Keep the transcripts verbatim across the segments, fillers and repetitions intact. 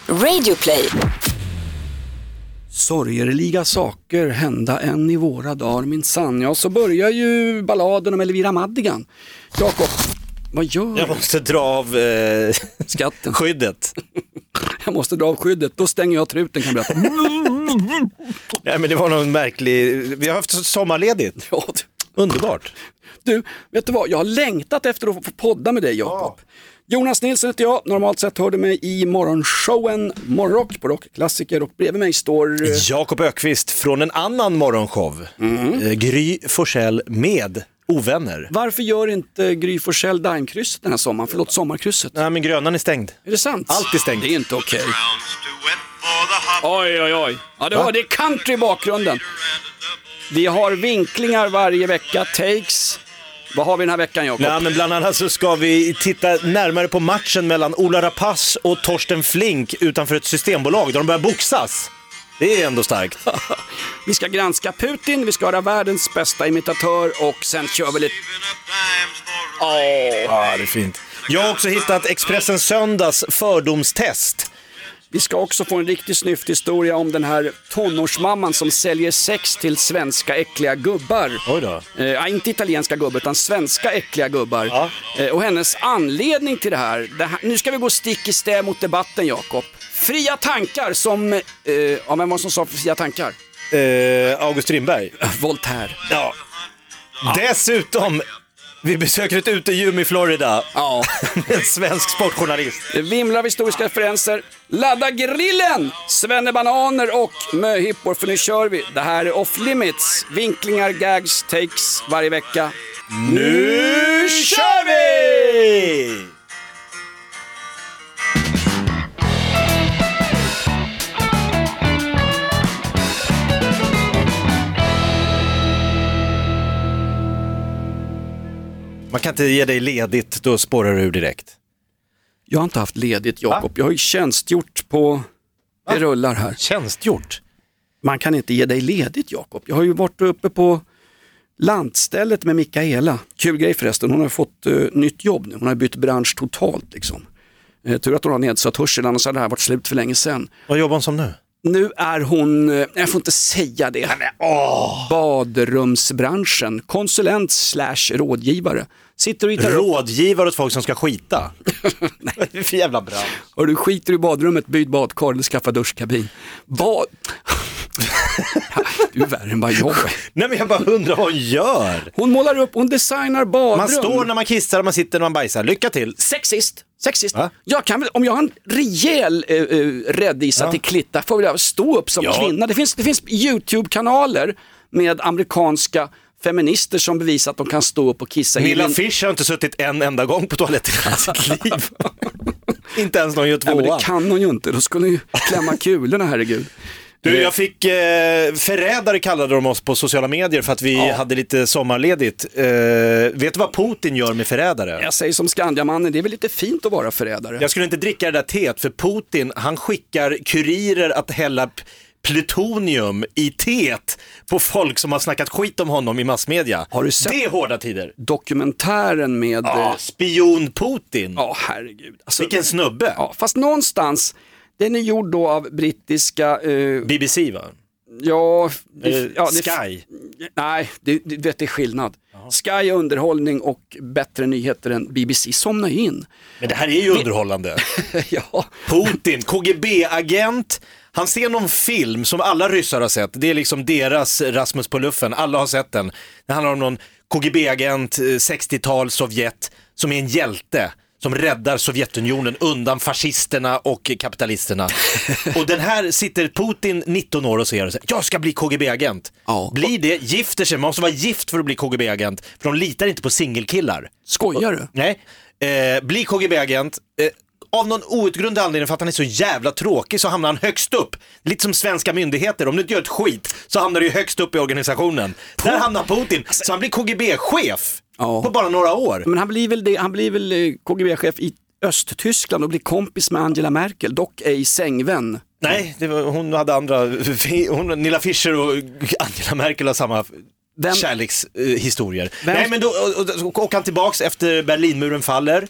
Radioplay. Sorgerliga saker hända än i våra dagar, min sann. Ja, så börjar ju balladen om Elvira Madigan. Jakob, vad gör du? Jag måste dra av eh, skatten. Skyddet. Jag måste dra av skyddet, då stänger jag truten, kan jag berätta. Nej, men det var någon märklig... Vi har haft sommarledigt. Ja, underbart. Du, vet du vad? Jag har längtat efter att få podda med dig, Jakob. Ja. Jonas Nilsson heter jag, normalt sett hörde mig i morgonshowen Morrock på Rockklassiker, och bredvid mig står... Jakob Ökvist från en annan morgonshow. Mm. Gry Forssell med ovänner. Varför gör inte Gry Forssell Daimkrysset den här sommaren? Förlåt, sommarkrysset. Nej, men Grönan är stängd. Är det sant? Allt är stängt. Det är inte okej. Okay. Oj, oj, oj. Ja, det var det country i bakgrunden. Vi har vinklingar varje vecka, takes. Vad har vi den här veckan, Jakob? Nej, men bland annat så ska vi titta närmare på matchen mellan Ola Rapace och Torsten Flink utanför ett systembolag där de börjar boxas. Det är ändå starkt. Vi ska granska Putin, vi ska höra världens bästa imitatör, och sen kör vi lite... Åh, oh. Ja, det är fint. Jag har också hittat Expressen Söndags fördomstest. Vi ska också få en riktigt snyft historia om den här tonårsmamman som säljer sex till svenska äckliga gubbar. Oj då. Eh, inte italienska gubbar, utan svenska äckliga gubbar. Ja. Eh, och hennes anledning till det här, det här... Nu ska vi gå stick i stäv mot debatten, Jakob. Fria tankar som... Eh, ja, vem var som sa fria tankar? Eh, August Strindberg. Voltaire. Ja. Ja. Dessutom... Vi besöker ett utegym i Florida. Ja. En svensk sportjournalist. Det vimlar av historiska referenser. Ladda grillen! Svennebananer och möhippor, för nu kör vi. Det här är Off Limits. Vinklingar, gags, takes varje vecka. Nu kör vi! Man kan inte ge dig ledigt, då spårar du ur direkt. Jag har inte haft ledigt, Jakob. Jag har ju tjänstgjort på... Det rullar här. Tjänstgjort? Man kan inte ge dig ledigt, Jakob. Jag har ju varit uppe på landstället med Mikaela. Kul grej förresten. Hon har fått uh, nytt jobb nu. Hon har bytt bransch totalt liksom. Uh, tur att hon har nedsatt hörsel, annars hade det här varit slut för länge sedan. Vad jobbar hon som nu? Nu är hon, jag får inte säga det, oh. badrumsbranschen, konsulent slash rådgivare. Sitter och hittar rådgivare åt folk som ska skita? Nej, det är för jävla bra. Och du skiter i badrummet, byt badkar eller skaffa duschkabin. Vad? Du är värre än vad jag är. Nej, men jag bara undrar vad hon gör. Hon målar upp, hon designar badrum. Man står när man kissar, man sitter när man bajsar. Lycka till. Sexist. Sexist. Jag kan väl, om jag har en rejäl uh, uh, räddisa ja. till klitta, får jag stå upp som ja. kvinna. Det finns, det finns YouTube-kanaler med amerikanska feminister som bevisar att de kan stå upp och kissa. Milla Fish har inte suttit en enda gång på toaletten i sitt liv. Inte ens någon gör tvåa. Nej, men det kan hon ju inte. Då skulle hon ju klämma kulorna, herregud. Du, jag fick eh, förrädare kallade de oss på sociala medier för att vi ja. hade lite sommarledigt. Eh, vet du vad Putin gör med förrädare? Jag säger som Skandiamannen, det är väl lite fint att vara förrädare. Jag skulle inte dricka det där teet, för Putin, han skickar kurirer att hälla p- plutonium i teet på folk som har snackat skit om honom i massmedia. Har du sett det är hårda tider. Dokumentären med... Ja, spion Putin. Ja, herregud. Alltså, vilken snubbe. Ja, fast någonstans... Den är gjord då av brittiska... Uh, B B C, va? Ja... Eh, ja det, Sky? Nej, det, det, vet, det är skillnad. Aha. Sky är underhållning och bättre nyheter än B B C. Somna in. Men det här är ju underhållande. Ja. Putin, K G B-agent. Han ser någon film som alla ryssar har sett. Det är liksom deras Rasmus på luffen. Alla har sett den. Det handlar om någon K G B-agent, sextiotal Sovjet, som är en hjälte. Som räddar Sovjetunionen undan fascisterna och kapitalisterna. Och den här sitter Putin nitton år och säger, jag ska bli K G B-agent. Ja. Blir det, gifter sig, man måste vara gift för att bli K G B-agent. För de litar inte på singelkillar. Skojar du? Nej, eh, bli K G B-agent. Eh, av någon outgrundlig anledning, för att han är så jävla tråkig, så hamnar han högst upp. Lite som svenska myndigheter, om du inte gör ett skit så hamnar du högst upp i organisationen. P- Där hamnar Putin, så han blir K G B-chef. Ja. På bara några år. Men han blir väl, det, han blir väl K G B-chef i Östtyskland och blir kompis med Angela Merkel, dock ej sängvän. Nej, det var, hon hade andra, hon, Nilla Fischer och Angela Merkel har samma Vem? kärlekshistorier. Eh, Nej, men då åker han tillbaks efter Berlinmuren faller.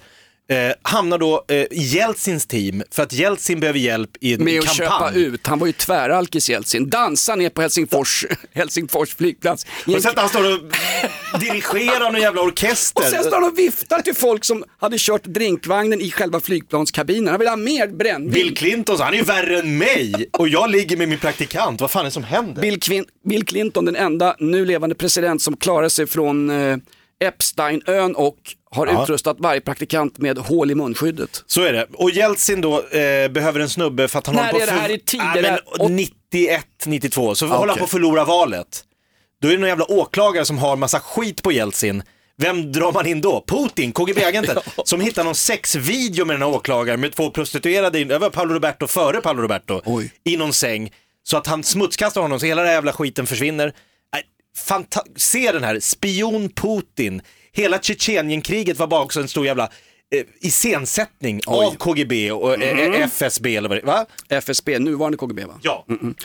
Eh, hamnar då eh, i Jeltsins team för att Jeltsin behöver hjälp i en med att kampanj. köpa ut. Han var ju tväralkis Jeltsin. Dansa ner på Helsingfors, Helsingfors flygplats. Och sen han står och dirigerar någon jävla orkester. Och sen står han och viftar till folk som hade kört drinkvagnen i själva flygplanskabinen. Han vill ha mer brännvin. Bill Clinton, han är ju värre än mig. Och jag ligger med min praktikant. Vad fan är det som händer? Bill, Quin- Bill Clinton, den enda nu levande president som klarar sig från eh, Epsteinön och har Ja. utrustat varje praktikant med hål i munskyddet. Så är det. Och Jeltsin då eh, behöver en snubbe för att han När håller på är det här i tidigare- äh, men nittioett nittiotvå så Ah, håller han okej. på att förlora valet. Då är det någon jävla åklagare som har massa skit på Jeltsin. Vem drar man in då? Putin, K G B-agenten, Ja. som hittar någon sexvideo med den här åklagaren med två prostituerade, in, det var Paolo Roberto före Paolo Roberto, Oj. i någon säng. Så att han smutskastar honom så hela den här jävla skiten försvinner. Äh, fanta- Se den här, spion Putin. Hela Tjetjenienkriget var bara också en stor jävla eh, iscensättning Oj. av K G B och eh, Mm. F S B eller vad det va? F S B, nuvarande K G B va? Ja. Mm-mm.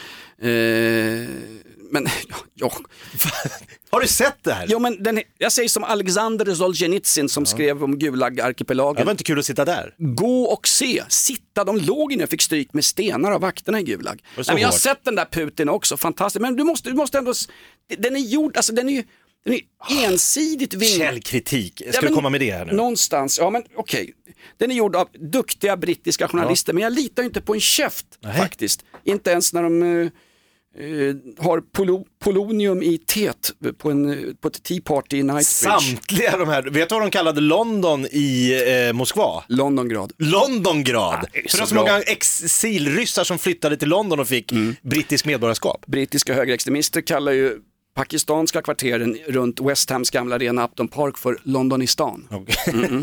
Eh, men, ja, ja. Har du sett det här? Jo, men den, jag säger som Alexander Solzhenitsyn som skrev om Gulag-arkipelagen. Det var inte kul att sitta där. Gå och se, sitta, de låg inne och fick stryk med stenar av vakterna i Gulag. Var det så Nej, men jag har hårt? sett den där Putin också, fantastiskt. Men du måste, du måste ändå, s- den är gjord, alltså den är ju den är ensidigt vinklad. Källkritik. Ska Ja, du men komma med det här nu? Någonstans, ja men okej. Den är gjord av duktiga brittiska journalister, men jag litar ju inte på en käft Nej. faktiskt. Inte ens när de eh, eh, har polo, polonium i teet på, en, eh, på ett Tea Party i Knightsbridge. Samtliga de här, vet du vad de kallade London i eh, Moskva? Londongrad. Londongrad. det är För så det var så bra. många exilryssar som flyttade till London och fick brittisk medborgarskap. Brittiska högerextremister kallar ju pakistanska kvarteren runt West Hams gamla arena Upton Park för Londonistan. Okay.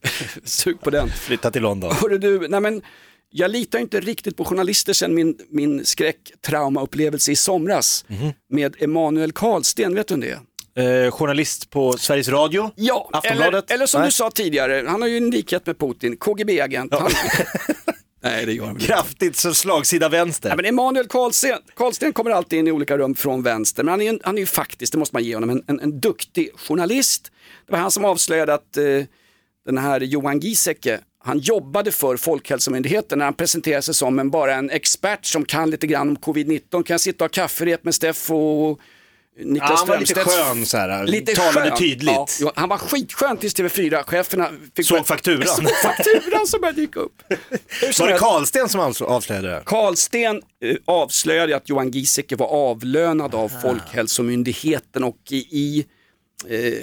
Sug på den. Flytta till London. Hörru du, nej men jag litar inte riktigt på journalister sen min, min skräcktraumaupplevelse i somras med Emanuel Karlsten, vet du vem det är? Eh, journalist på Sveriges Radio. Ja, eller, Aftonbladet. eller som Nej. du sa tidigare, han har ju en likhet med Putin, K G B-agent. Han... nej, det gör han väl inte. Kraftigt så slagsida vänster. Nej, men Emanuel Karlsten, Karlsten kommer alltid in i olika rum från vänster, men han är ju, han är ju faktiskt, det måste man ge honom, en, en, en duktig journalist. Det var han som avslöjade att eh, den här Johan Giesecke, han jobbade för Folkhälsomyndigheten när han presenterade sig som en, bara en expert som kan lite grann om covid nitton, kan sitta och ha kafferep med Steff och Niklas Ja, han var lite Strömstedt. skön så här, Lite talade skön. tydligt. Ja, jo, han var skitskön tills T V fyra-cheferna fick Såg fakturan. såg fakturan som började dyka upp. Hur som Var det helst, Karlsten som avs- avslöjade det? Karlsten eh, avslöjade att Johan Giesecke var avlönad av Folkhälsomyndigheten och i, i, eh, i,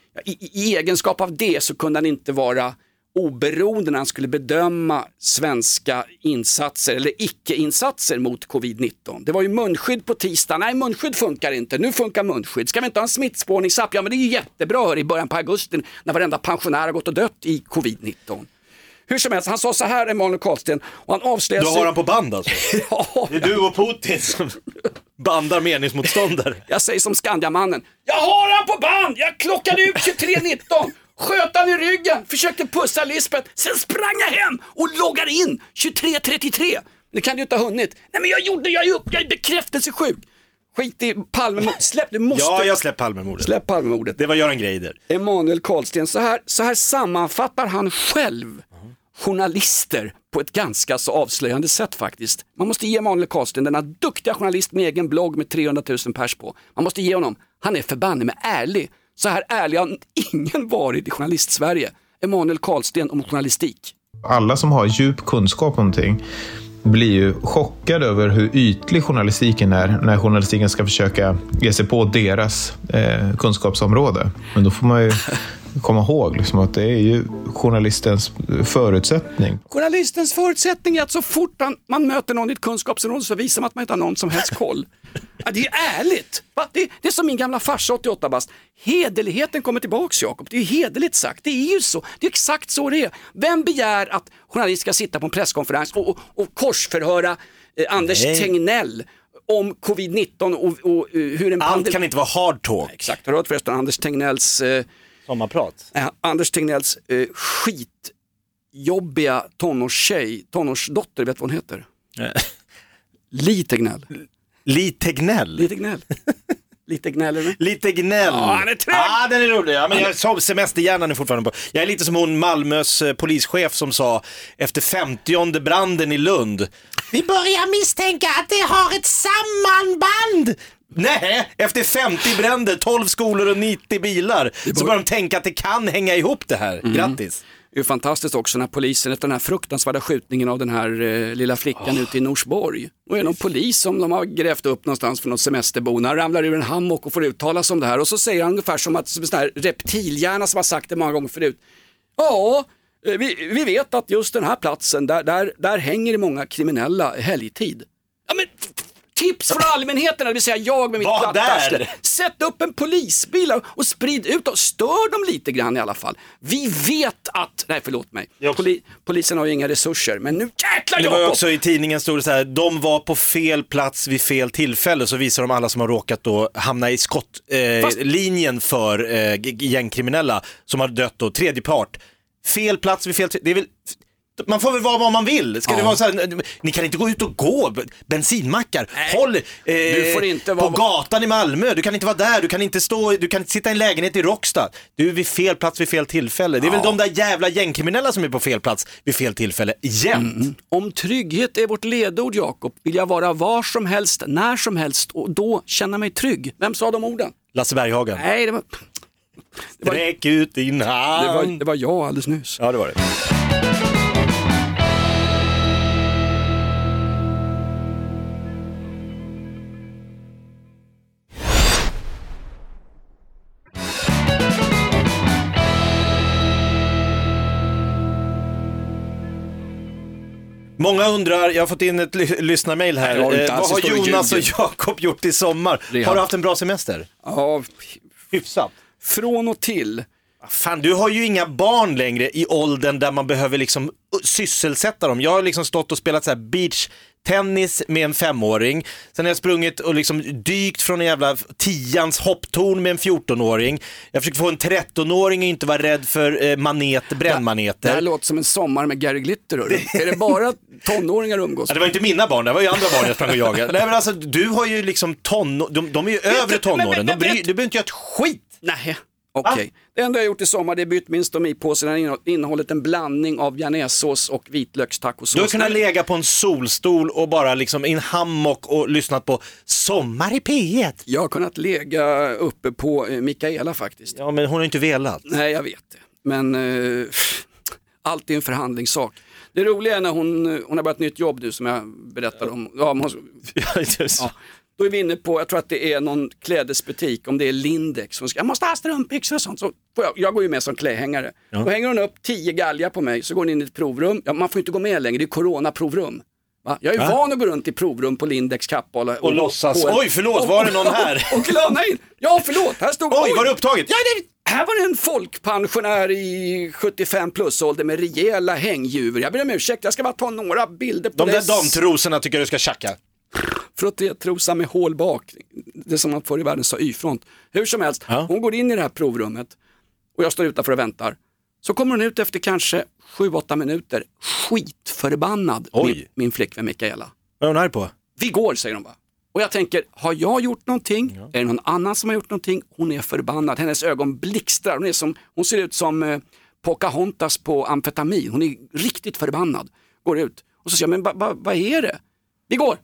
i egenskap av det så kunde han inte vara oberoende när han skulle bedöma svenska insatser eller icke-insatser mot covid nitton. Det var ju munskydd på tisdag. Nej, munskydd funkar inte. Nu funkar munskydd. Ska vi inte ha en smittspårningsapp? Ja, men det är ju jättebra hör, i början på augusti när varenda pensionär har gått och dött i covid nitton. Hur som helst, han sa så här, Emanuel Karlsten, och han avslöjade Du har han på band alltså? Ja, Det är du och Putin som bandar meningsmotståndare. jag säger som Skandiamannen. Jag har han på band! Jag klockade ut tjugotre nitton. Sköt han i ryggen, försökte pussa Lisbeth, sen sprang jag hem och loggade in tjugotre trettiotre. Det kan du inte ha hunnit. Nej, men jag gjorde, jag är upp, jag är bekräftelsesjuk. Skit i Palmemordet, släpp, du måste. Ja, jag släpp Palmemordet. Släpp Palmemordet. Det var Göran Greider. Emanuel Karlsten, så här, så här sammanfattar han själv journalister på ett ganska så avslöjande sätt faktiskt. Man måste ge Emanuel Karlsten, denna duktiga journalist med egen blogg med trehundratusen pers på. Man måste ge honom, han är förbanne med ärlig. Så här ärlig har ingen varit i journalist-Sverige. Emanuel Karlsten om journalistik. Alla som har djup kunskap om någonting blir ju chockade över hur ytlig journalistiken är när journalistiken ska försöka ge sig på deras eh, kunskapsområde. Men då får man ju komma ihåg liksom, att det är ju journalistens förutsättning. Journalistens förutsättning är att så fort man, man möter någon i ett kunskapsområde så visar man att man inte har någon som helst koll. Ja, det är ärligt. Va? Det, det är som min gamla farsa åttioåtta bast. Hederligheten kommer tillbaks, Jakob. Det är ju hederligt sagt. Det är ju så. Det är exakt så det är. Vem begär att journalist ska sitta på en presskonferens och, och, och korsförhöra eh, Anders Nej. Tegnell om covid nitton och, och, och hur en Allt pandem- kan inte vara hard talk. Exakt. Har du hört förresten Anders Tegnells eh, Sommarprat. eh, Anders Tegnells eh, skitjobbiga tonårstjej, tonårsdotter, vet vad hon heter? Li Tegnell. Li Tegnell. Li Tegnell. Lite gnäller du? Lite gnäll. Ja, han är trevlig. Ja, den är rolig. Ja, men jag som semesterhjärnan är fortfarande på. Jag är lite som hon Malmös eh, polischef som sa efter femtionde branden i Lund. Vi börjar misstänka att det har ett sammanband. Nej, efter femtio bränder, tolv skolor och nittio bilar så börjar de tänka att det kan hänga ihop det här. Mm. Grattis. Det är fantastiskt också när polisen efter den här fruktansvärda skjutningen av den här eh, lilla flickan oh. ute i Norsborg. Och är någon polis som de har grävt upp någonstans för något semesterbo. Han ramlar ur en hammock och får uttala sig om det här. Och så säger han ungefär som att som en sån här reptilhjärna som har sagt det många gånger förut. Ja, vi, vi vet att just den här platsen, där, där, där hänger det många kriminella helgtid. Ja men... Tips från allmänheten, det vill säga jag med mitt plattarsle. Sätt upp en polisbil och sprid ut och stör dem lite grann i alla fall. Vi vet att, nej förlåt mig, Poli, polisen har ju inga resurser, men nu jäklar Det var ju Jakob. också i tidningen stod det så här, de var på fel plats vid fel tillfälle, så visar de alla som har råkat då hamna i skottlinjen eh, för eh, gängkriminella som har dött då, tredje part. Fel plats vid fel tillfälle, det är väl... Man får väl vara vad man vill. Ska ja. det vara så här, ni kan inte gå ut och gå bensinmackar. Nej. Håll eh, du får inte på vara... gatan i Malmö. Du kan inte vara där. Du kan inte stå. Du kan inte sitta i en lägenhet i Råckstad. Du är vid fel plats vid fel tillfälle. Det är ja. väl de där jävla gängkriminella som är på fel plats vid fel tillfälle jämt. Mm. Om trygghet är vårt ledord, Jakob, vill jag vara var som helst, när som helst och då känna mig trygg. Vem sa de orden? Lasse Berghagen. Nej, det var... Det var... Sträck ut din hand. Det var, det var jag alldeles nyss. Ja, det var det. Många undrar, jag har fått in ett ly- lyssnarmail här. Nej, eh, vad har Jonas och Jakob gjort i sommar? Rehab. Har du haft en bra semester? Ja, hyfsat. Från och till. Fan, du har ju inga barn längre i åldern där man behöver liksom sysselsätta dem. Jag har liksom stått och spelat så här beach tennis med en femåring. Sen har jag sprungit och liksom dykt från en jävla tians hopptorn med en fjortonåring. Jag försöker få en trettonåring att inte vara rädd för eh, manet, brännmaneter. Det här låter som en sommar med Gary Glitter. Det... Är det bara tonåringar umgås? Ja, det var inte mina barn, det var ju andra barn jag sprang och jagade. Nej, men alltså, du har ju liksom tonår... De, de är ju vet övre du, tonåren. Men, men, men, de bry... Du behöver inte göra ett skit. Nej. Okej, okay. Det enda jag gjort i sommar det är bytt min stomipåse. Den har innehållit en blandning av bearnaisesås och vitlökstacosås. Du har kunnat lägga på en solstol och bara liksom i en hammock och lyssnat på Sommar i P ett. Jag har kunnat lägga uppe på eh, Mikaela faktiskt. Ja, men hon har inte velat. Nej, jag vet det. Men eh, allt är en förhandlingssak. Det roliga är när hon, hon har börjat ett nytt jobb nu som jag berättade om. Ja, hon, ja. Då är vi inne på, jag tror att det är någon klädesbutik, om det är Lindex. Hon ska, jag måste ha strumpbyxor och sånt. Så jag, jag går ju med som klädhängare. Ja. Då hänger hon upp tio galgar på mig, så går hon in i ett provrum. Ja, man får inte gå med längre, det är coronaprovrum. Va? Jag är ja. van att gå runt i provrum på Lindex kappa. Och, och låtsas, och, oj förlåt, och, var det någon här? Och glömna in, ja förlåt, här stod... Oj, oj. Var det upptaget? Ja, det, här var det en folkpensionär i sjuttiofem plus ålder med rejäla hängdjur. Jag ber om ursäkt, jag ska bara ta några bilder på de det. De där damtrosorna tycker jag du ska tjacka. Frottétrosa med hål bak. Det som man förr i världen sa Y-front. Hur som helst, ja. Hon går in i det här provrummet och jag står utanför och väntar. Så kommer hon ut efter kanske sju åtta minuter. Skitförbannad, min, min flickvän Mikaela. Vad är hon här på? Vi går, säger hon bara. Och jag tänker, har jag gjort någonting? Ja. Är det någon annan som har gjort någonting? Hon är förbannad. Hennes ögon blixtrar. Hon, är som, hon ser ut som eh, Pocahontas på amfetamin. Hon är riktigt förbannad. Går ut. Och så säger jag, men vad ba, ba är det? Vi går.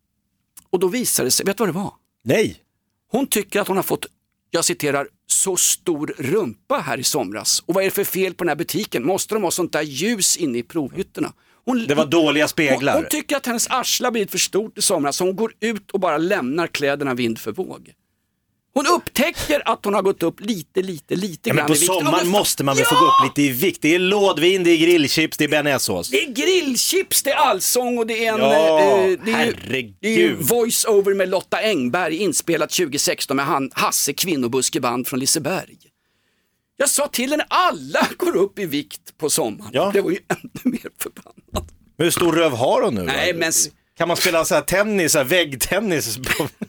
Och då visar det sig, vet du vad det var? Nej. Hon tycker att hon har fått, jag citerar, så stor rumpa här i somras. Och vad är det för fel på den här butiken? Måste de ha sånt där ljus inne i provhytterna? Hon, det var dåliga speglar. Hon, hon tycker att hennes arsla blivit för stort i somras. Så hon går ut och bara lämnar kläderna vind för våg. Hon upptäcker att hon har gått upp lite, lite, lite ja, grann men på i vikt. sommaren ja, måste man väl ja! få gå upp lite i vikt. Det är lådvin, det är grillchips, det är bearnaisesås. Det är grillchips, det är allsång och det är en... Ja, eh, det är herregud. Det är ju voice-over med Lotta Engberg inspelat tjugo sexton med han, Hasse Kvinnobuskeband från Liseberg. Jag sa till henne, alla går upp i vikt på sommaren. Ja. Det var ju ännu mer förbannat. Men hur stor röv har hon nu? Nej, men... Kan man spela så här tennis, så här väggtennis?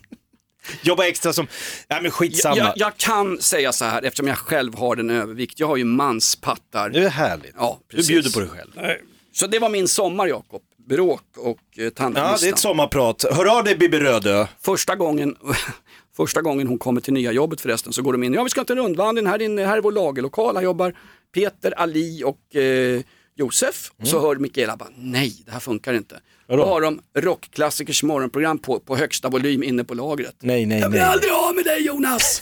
Jobba extra som... Nej, men skitsamma. Jag, jag, jag kan säga så här, eftersom jag själv har den övervikt. Jag har ju manspattar. Det är härligt. Ja, du bjuder på dig själv. Nej. Så det var min sommar, Jakob. Bråk och eh, tandlista. Ja, det är ett sommarprat. Hör av dig, Bibi Rödö. Första gången... Första gången hon kommer till nya jobbet förresten så går de in, ja vi ska inte en rundvandring, här, inne, här är vår lagerlokal, här jobbar Peter, Ali och eh, Josef. Mm. Så hör Mikaela bara, nej det här funkar inte. Då har de rockklassikers morgonprogram på, på högsta volym inne på lagret. Nej, nej, jag vill nej. aldrig ha med dig Jonas!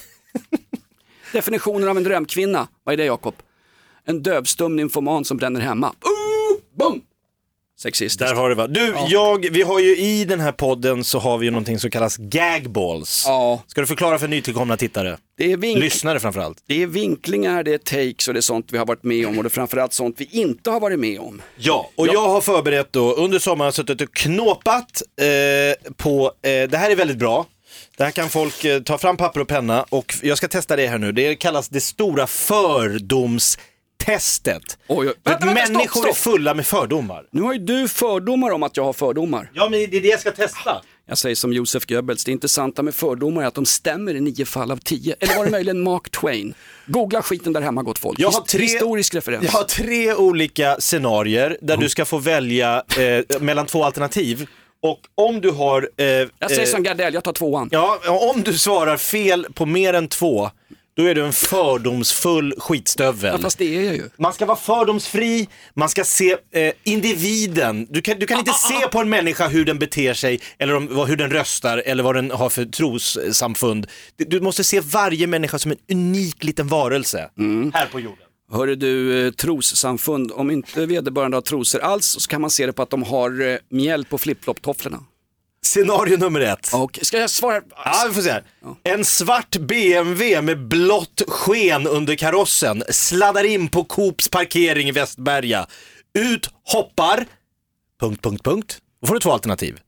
Definitionen av en drömkvinna, vad är det Jakob? En dövstum nymfoman som bränner hemma. Uh, boom! Sexistiskt. Där har det va. Du, ja. jag, vi har ju i den här podden så har vi ju någonting som kallas gagballs. Ja. Ska du förklara för nytillkomna tittare? Det är vink- Lyssnare framförallt. Det är vinklingar, det är takes och det är sånt vi har varit med om och det är framförallt sånt vi inte har varit med om. Ja, och ja. jag har förberett då under sommaren suttit och knåpat eh, på, eh, det här är väldigt bra. Det här kan folk eh, ta fram papper och penna och jag ska testa det här nu. Det kallas det stora fördoms testet. Oj, oj. För Vänta, vänta, människor stopp, stopp. är fulla med fördomar. Nu har ju du fördomar om att jag har fördomar. Ja, men det är det jag ska testa. Jag säger som Josef Goebbels, det intressanta med fördomar är att de stämmer i nio fall av tio. Eller var det möjligen Mark Twain? Googla skiten där hemma, gott folk. Jag har tre, Historisk referens. Jag har tre olika scenarier där mm. du ska få välja eh, mellan två alternativ. Och om du har... Eh, jag säger eh, som Gardell, jag tar tvåan. Ja, om du svarar fel på mer än två, då är du en fördomsfull skitstövel. Ja, fast det är jag ju. Man ska vara fördomsfri, man ska se eh, individen. Du kan, du kan inte ah, se ah. på en människa hur den beter sig, eller om, hur den röstar, eller vad den har för trossamfund. Du, du måste se varje människa som en unik liten varelse mm. här på jorden. Hörru du, eh, trossamfund, om inte vederbörande har trosor alls så kan man se det på att de har eh, mjäll på flip-flop-tofflorna. Scenario nummer ett. Och ska jag svara? Ja, vi får se här. Ja. En svart B M W med blått sken under karossen sladdar in på Coops parkering i Västberga. Ut hoppar... Punkt, punkt, punkt. Då får du två alternativ.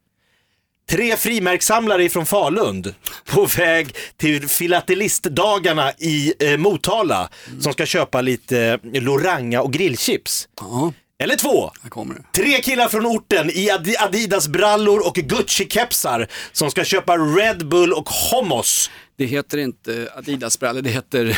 Tre frimärkssamlare från Falund på väg till filatelistdagarna i eh, Motala mm. som ska köpa lite eh, Loranga och grillchips. Ja. Eller två. Här kommer det. Tre killar från orten i Ad- Adidas-brallor och Gucci-kepsar som ska köpa Red Bull och hummus. Det heter inte Adidas-brallor, det heter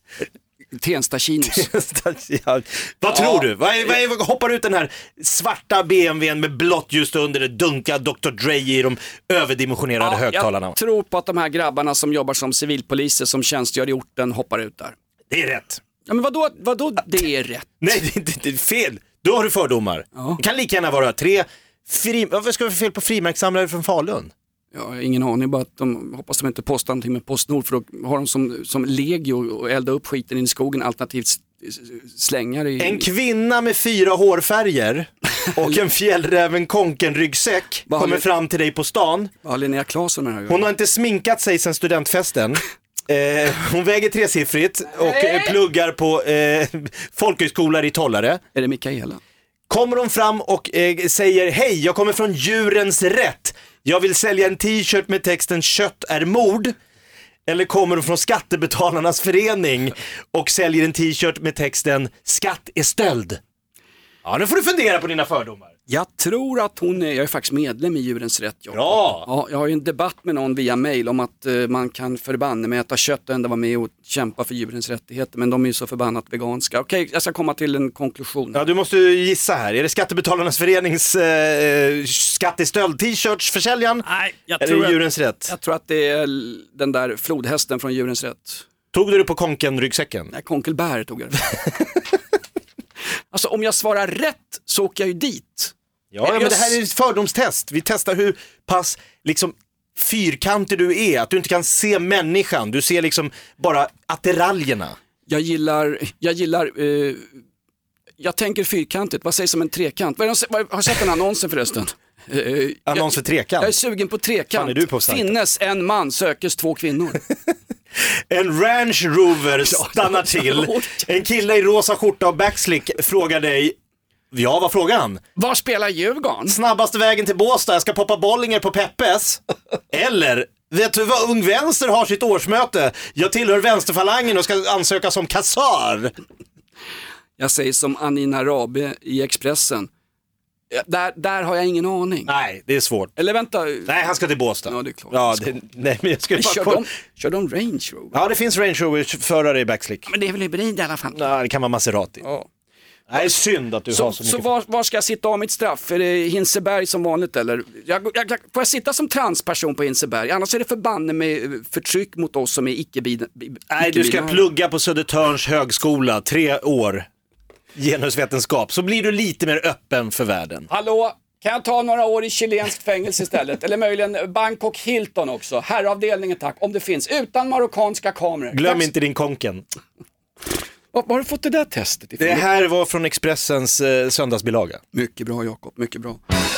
Tensta Chinos. ja. Vad tror ja. du? Vad är, vad är, hoppar ut den här svarta B M W:n med blått just under det, dunkar doktor Dre i de överdimensionerade ja, högtalarna? Jag tror på att de här grabbarna som jobbar som civilpoliser som tjänstgör i orten hoppar ut där. Det är rätt. Ja, men vadå, vadå det är rätt? Nej, det, det, det är fel. Då har du fördomar. Ja. Det kan lika gärna vara tre fri... Vad ska vi få fel på frimärkssamlare från Falun? Ja, ingen aning, bara att de hoppas de inte postar någonting med Postnord för då har de som, som legio och elda upp skiten in i skogen alternativt slängar i... En kvinna med fyra hårfärger och en fjällräven konken ryggsäck kommer Linnea... fram till dig på stan. Vad har Linnea Claesson med det här? Hon har inte sminkat sig sedan studentfesten. Eh, hon väger tresiffrigt och eh, pluggar på eh, folkhögskolor i Tollare. Är det Mikaela? Kommer hon fram och eh, säger hej, jag kommer från Djurens Rätt. Jag vill sälja en t-shirt med texten kött är mord. Eller kommer hon från Skattebetalarnas förening och säljer en t-shirt med texten skatt är stöld. Ja, nu får du fundera på dina fördomar. Jag tror att hon är, jag är faktiskt medlem i Djurens Rätt. Jag. Bra! Ja, jag har ju en debatt med någon via mail om att uh, man kan förbanna med att äta kött och ändå vara med och kämpa för djurens rättigheter. Men de är ju så förbannat veganska. Okej, jag ska komma till en konklusion. Ja, du måste gissa här. Är det Skattebetalarnas förenings uh, skattestöld t-shirts försäljaren? Nej, jag tror Eller att, Djurens Rätt? Jag tror att det är den där flodhästen från Djurens Rätt. Tog du det på konken-ryggsäcken? Nej, konkelbär tog jag det. Alltså om jag svarar rätt så åker jag ju dit. Ja, ja men det här är ett fördomstest. Vi testar hur pass liksom fyrkantig du är. Att du inte kan se människan. Du ser liksom bara attiraljerna. Jag gillar, jag gillar, eh, jag tänker fyrkantigt. Vad sägs om en trekant? Vad är det, vad, har du sett den annonsen förresten? Eh, Annons för trekant? Jag är sugen på trekant. Är du på Finnes en man, sökes två kvinnor. En Range Rover stannar till. En kille i rosa skjorta och backslick frågar dig. Ja, vad frågar han? Var spelar Djurgården? Snabbaste vägen till Båstad, jag ska poppa Bollinger på Peppes. Eller, vet du vad Ung Vänster har sitt årsmöte? Jag tillhör vänsterfalangen och ska ansöka som kassör. Jag säger som Anina Rabe i Expressen. Där, där har jag ingen aning. Nej, det är svårt. Eller vänta. Nej, han ska till Båstad. Ja, det är klart. Ja, det, nej, men jag ska men kör, de, kör de Range Rover? Ja, det finns Range Rover-förare i backslick. Men det är väl hybrid i alla fall? Nej, det kan vara Maserati. Ja. Nej, synd att du Så, har så så, mycket. så var, var ska jag sitta av mitt straff? Är det Hinseberg som vanligt eller? Jag, jag, får jag sitta som transperson på Hinseberg? Annars är det förbanne med förtryck mot oss som är icke-bina. Nej, du ska plugga på Södertörns högskola, tre år, genusvetenskap, så blir du lite mer öppen för världen. Hallå, kan jag ta några år i chilenskt fängelse istället? Eller möjligen Bangkok Hilton också. Herravdelningen tack, om det finns. Utan marockanska kameror. Glöm Tack. inte din konken. Var, var har du fått det där testet ifrån? Det här var från Expressens eh, söndagsbilaga. Mycket bra Jakob, mycket bra.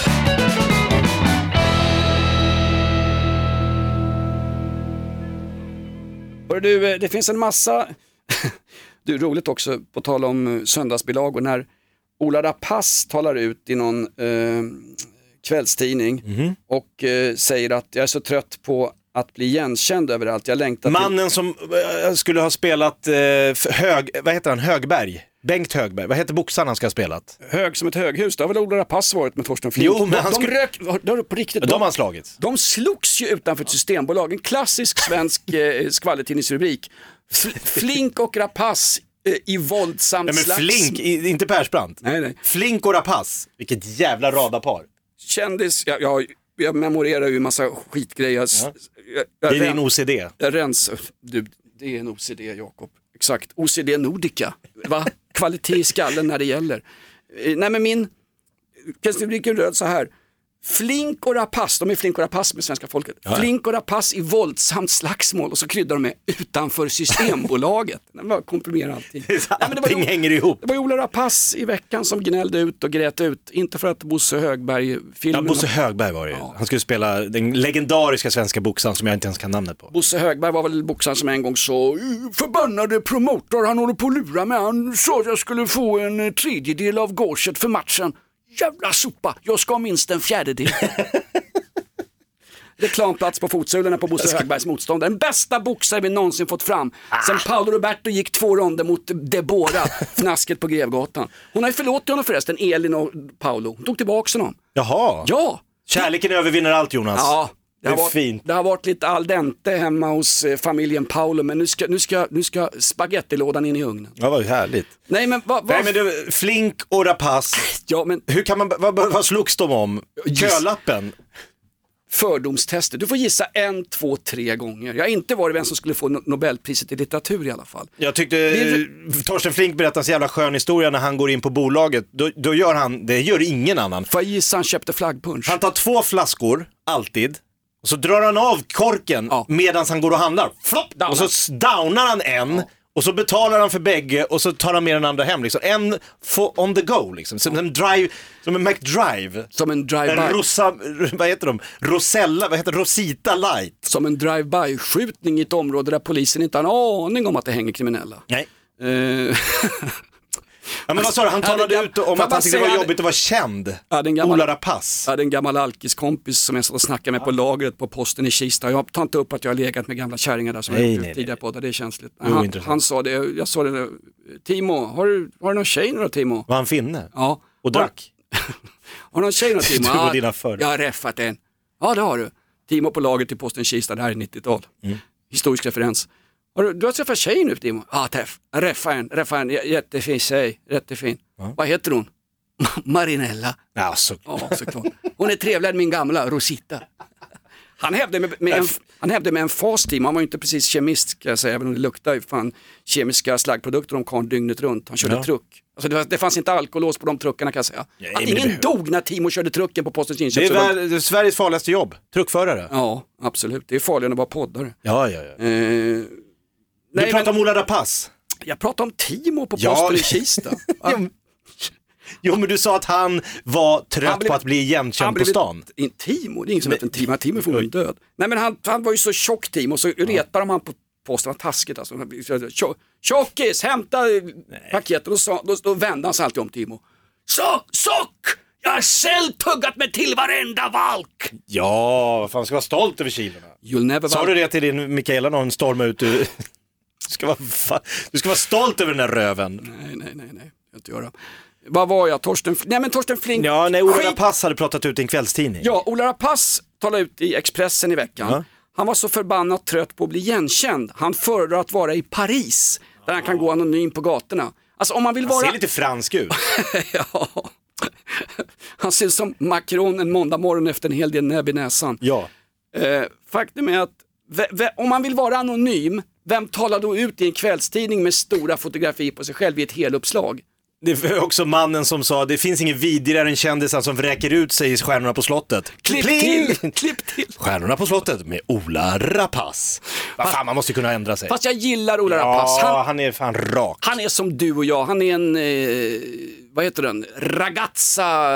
Hör du, det finns en massa, det är roligt också på tal om söndagsbilagor, när Ola Rapace talar ut i någon eh, kvällstidning mm-hmm. och eh, säger att jag är så trött på att bli igenkänd överallt. Jag längtar Mannen till... som äh, skulle ha spelat äh, hög, vad heter han, Högberg? Bengt Högberg, vad heter boxaren han ska ha spelat? Hög som ett höghus, det har väl Ola Rapace varit med Torsten Flink. Jo, men han de, skulle... de rök, de, på riktigt, de, de, de har slagits. De slogs ju utanför ett systembolag, en klassisk svensk eh, skvallertidningsrubrik. F- Flink och Rapace eh, i våldsamt nej, men slags... Flink, i, inte Persbrandt. Nej, nej. Flink och Rapace, vilket jävla radarpar. Kändis, jag, jag, jag memorerar ju en massa skitgrejer. Ja. Jag, jag, det är din O C D. Jag rensar, du, det är en O C D Jakob. Exakt, O C D Nordica. Va? Kvalitet i skallen när det gäller. Eh, nej men min, rubriken röd så här. Flink och Rapace, de är Flink och Rapace med svenska folket. Ja. Flink och Rapace i våldsamt slagsmål och så kryddar de med utanför Systembolaget. Det var komprimerat allting. Nej, men det var, allting hänger ihop. Det var Ola Rapace i veckan som gnällde ut och grät ut. Inte för att Bosse Högberg filmen. Ja, Bosse Högberg var det. Ja. Han skulle spela den legendariska svenska boxaren som jag inte ens kan namnet på. Bosse Högberg var väl boxaren som en gång så förbannade promotor, han håller på att lura mig. Han sa att jag skulle få en tredjedel av gårset för matchen. Jävla sopa, jag ska ha minst en fjärdedel. Reklamplats på fotsulorna på Bosse Högbergs motståndare. Den bästa boxare vi någonsin fått fram. Ah. Sen Paolo Roberto gick två ronder mot Deborah, fnasket på Grevgatan. Hon har ju förlåtit honom förresten, Elin och Paolo. Hon tog tillbaka honom. Jaha. Ja. Kärleken ja. övervinner allt, Jonas. Ja. Det, det, har varit, fint. det har varit lite al dente hemma hos eh, familjen Paolo, men nu ska, nu ska, nu ska spagettilådan in i ugnen. Ja, vad härligt. Nej, men vad... Va, Nej, men det, Flink och Rapace. Ja, men... Hur kan man, vad, vad slogs de om? Kölappen? Fördomstester. Du får gissa en, två, tre gånger. Jag har inte varit vem som skulle få Nobelpriset i litteratur i alla fall. Jag tyckte det... Torsten Flink berättade en så jävla skön historia när han går in på bolaget. Då, då gör han, det gör ingen annan. Får jag gissa, han köpte flaggpunch. Han tar två flaskor, alltid. Och så drar han av korken ja. medan han går och handlar. Flopp! Och så downar han en. Ja. Och så betalar han för bägge och så tar han med den andra hem. Liksom. En for, on the go, liksom. Som en drive, som en McDrive. Som en drive-by. En rosa, vad heter de? Rosella, vad heter det? Rosita Light. Som en drive-by-skjutning i ett område där polisen inte har en aning om att det hänger kriminella. Nej. Uh... Ja, men vad sa du? Han talade ut om att han tyckte det var jobbigt att vara känd. Ja, den gammal, Ola Rapace. Ja, den gammal alkiskompis som jag satt och snackade med ja. på lagret på posten i Kista. Jag tar inte upp att jag har legat med gamla kärringar där som nej, jag gjort tidigare på. Det är känsligt. Jo, han, han sa det, jag sa det, Timo, har du, har du någon tjej nu då, Timo? Var han finne? Ja. Och drack? Har du någon tjej nu, Timo? Du och dina förr. Jag har räffat en. Ja, det har du. Timo på lagret i posten Kista, det här är nittiotal. Mm. Historisk referens. Har du, du har träffat tjej nu, Timo? Ja, träff. Räffa en, räffa en. Jättefin tjej, jättefin. Ja. Vad heter hon? Marinella. Ja, så... ja, såklart. Hon är trevligare än min gamla, Rosita. Han hävdade med, med, en, han hävdade med en fast team. Han var ju inte precis kemist, ska jag säga, även om det luktar fan kemiska slaggprodukter om karn dygnet runt. Han körde ja. truck. Alltså det, det fanns inte alkolås på de truckarna, kan jag säga. Ja, att ingen det... dog när Timo körde trucken på Postens inköp. Det är, väl, det är Sveriges farligaste jobb, truckförare. Ja, absolut. Det är farligare än att vara poddare. Ja, ja, ja. Eh... Du Nej, pratar men... om Ola Rapace. Jag pratar om Timo på Posten ja. i Kista. jo, jo, men du sa att han var trött han blev, på att bli igenkänd på stan. In, Timo, det är ingen som heter en Timo. Timo får ju död. Nej, men han, han var ju så tjock, Timo, så ja. retade de han på Posten. Var taskigt alltså. Tjockis, hämta paketet. Och då, då, då vände han sig alltid om Timo. Sock, sock! Jag har själv tuggat mig till varenda valk. Ja, fan, ska vara stolt över kilorna. Sa du det till din Mikaela när hon stormade ut? Du... Du ska, vara fa- du ska vara stolt över den där röven. Nej, nej, nej, nej. Jag inte göra. Vad var jag? Torsten, nej, men Torsten Flink. Ja, nej, Ola Rapace hade pratat ut i en kvällstidning. Ja, Ola Rapace talade ut i Expressen i veckan. Ja. Han var så förbannat trött på att bli igenkänd. Han föredrar att vara i Paris, där han kan gå anonym på gatorna. Alltså om man vill Han vara... ser lite fransk ut. ja. Han ser ut som Macron en måndag morgon efter en hel del näbb i näsan. Ja. Eh, faktum är att v- v- om man vill vara anonym, vem talar då ut i en kvällstidning med stora fotografier på sig själv i ett heluppslag? Det var också mannen som sa, det finns ingen vidrigare än kändisar som vräker ut sig i Stjärnorna på slottet. Klipp Pling! till! Klipp till! Stjärnorna på slottet med Ola Rapace. Vad fan, man måste kunna ändra sig. Fast jag gillar Ola Rapace. Ja, Han, han är fan rak. han är som du och jag. Han är en, eh, vad heter den? Ragazza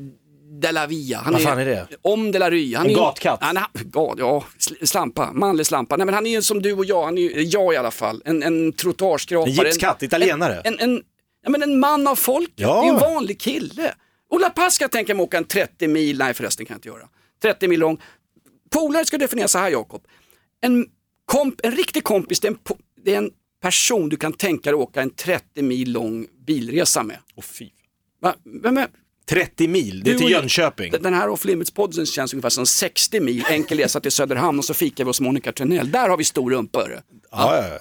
della via. Han Vad fan är det? Om de la Rue. Han En är, gatkatt? Han, han, gat, ja, sl- slampa. Manlig slampa. Nej, men han är ju som du och jag. Han är ju, jag i alla fall. En, en trottoarskrapare. En gipskatt, italienare. En, en, en, ja, men en man av folket. Ja. Det är en vanlig kille. Ola Rapace ska tänka mig åka en trettio mil. Nej förresten kan jag inte göra. trettio mil lång. Polare ska definiera så här, Jakob. En, komp, en riktig kompis, det är en, po- det är en person du kan tänka dig åka en trettio mil lång bilresa med. Åh fy. Va? Vem är? trettio mil, det är Du till och jag- Jönköping. Den här Off Limits-podden känns ungefär som sextio mil, enkel resa till Söderhamn och så fikar vi hos Monica Trenell. Där har vi stor rumpöre. Ja, ja, ja.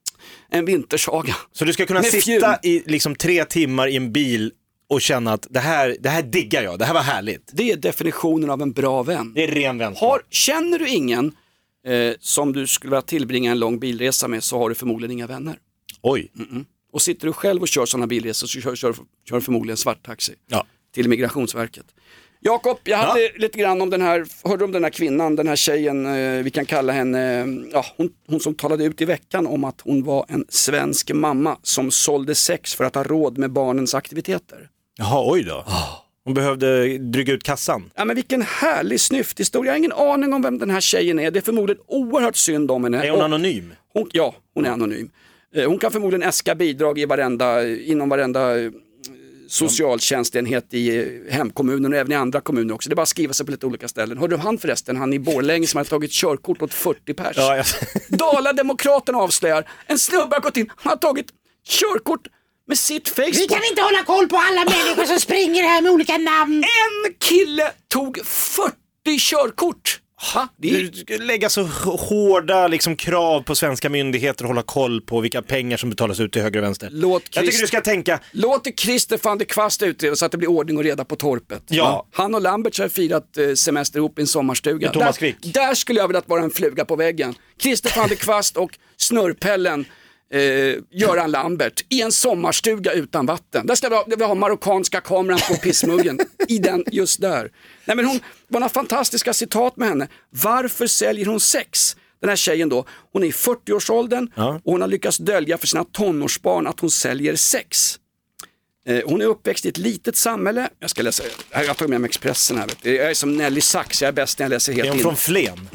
En vintersaga. Så du ska kunna Med sitta fjun. i liksom tre timmar i en bil och känna att det här, det här diggar jag, det här var härligt. Det är definitionen av en bra vän. Det är ren vänskap. Har, känner du ingen eh, som du skulle vilja tillbringa en lång bilresa med så har du förmodligen inga vänner. Oj. Och sitter du själv och kör sådana bilresor så kör, kör, kör förmodligen svarttaxi Ja. till Migrationsverket. Jakob, jag hade Ja. lite grann om den här, hörde om den här kvinnan, den här tjejen, eh, vi kan kalla henne, eh, ja, hon, hon som talade ut i veckan om att hon var en svensk mamma som sålde sex för att ha råd med barnens aktiviteter. Jaha, oj då. Hon behövde dryga ut kassan. Ja men vilken härlig snyfthistoria, jag har ingen aning om vem den här tjejen är, det är förmodligen oerhört synd om henne. Är hon Och- anonym? Hon, ja, hon är anonym. Eh, Hon kan förmodligen äska bidrag i varenda, inom varenda eh, socialtjänstenhet i eh, hemkommunen och även i andra kommuner också. Det är bara att skriva sig på lite olika ställen. Hörde du han förresten, han i Borlänge som har tagit körkort åt fyrtio pers? Ja, jag... Dala-demokraterna avslöjar, en snubbe har gått in, han har tagit körkort med sitt Facebook. Vi kan inte hålla koll på alla människor som springer här med olika namn. En kille tog fyrtio körkort. Ha, det är... Du ska lägga så hårda liksom, krav på svenska myndigheter och hålla koll på vilka pengar som betalas ut till höger och vänster. Låt Jag tycker Christ- du ska tänka, Låter Christer van der Kvast utreda så att det blir ordning och reda på torpet. Ja. Han och Lambert har firat eh, semester ihop i en sommarstuga. Med Thomas där, Quick. där skulle jag vilja vara en fluga på väggen. Christer van der Kvast och snurrpellen eh, Göran Lambert i en sommarstuga utan vatten. Där ska vi ha, vi ha marockanska kameran på pissmuggen. I den, just där. Nej, men hon var några fantastiska citat med henne. Varför säljer hon sex? Den här tjejen då, hon är i fyrtio-årsåldern Ja. och hon har lyckats dölja för sina tonårsbarn att hon säljer sex. Eh, Hon är uppväxt i ett litet samhälle. Jag ska läsa, jag har tagit med mig Expressen här. Vet du. Jag är som Nelly Sachs, jag är bäst när jag läser är helt hon in. från Flen?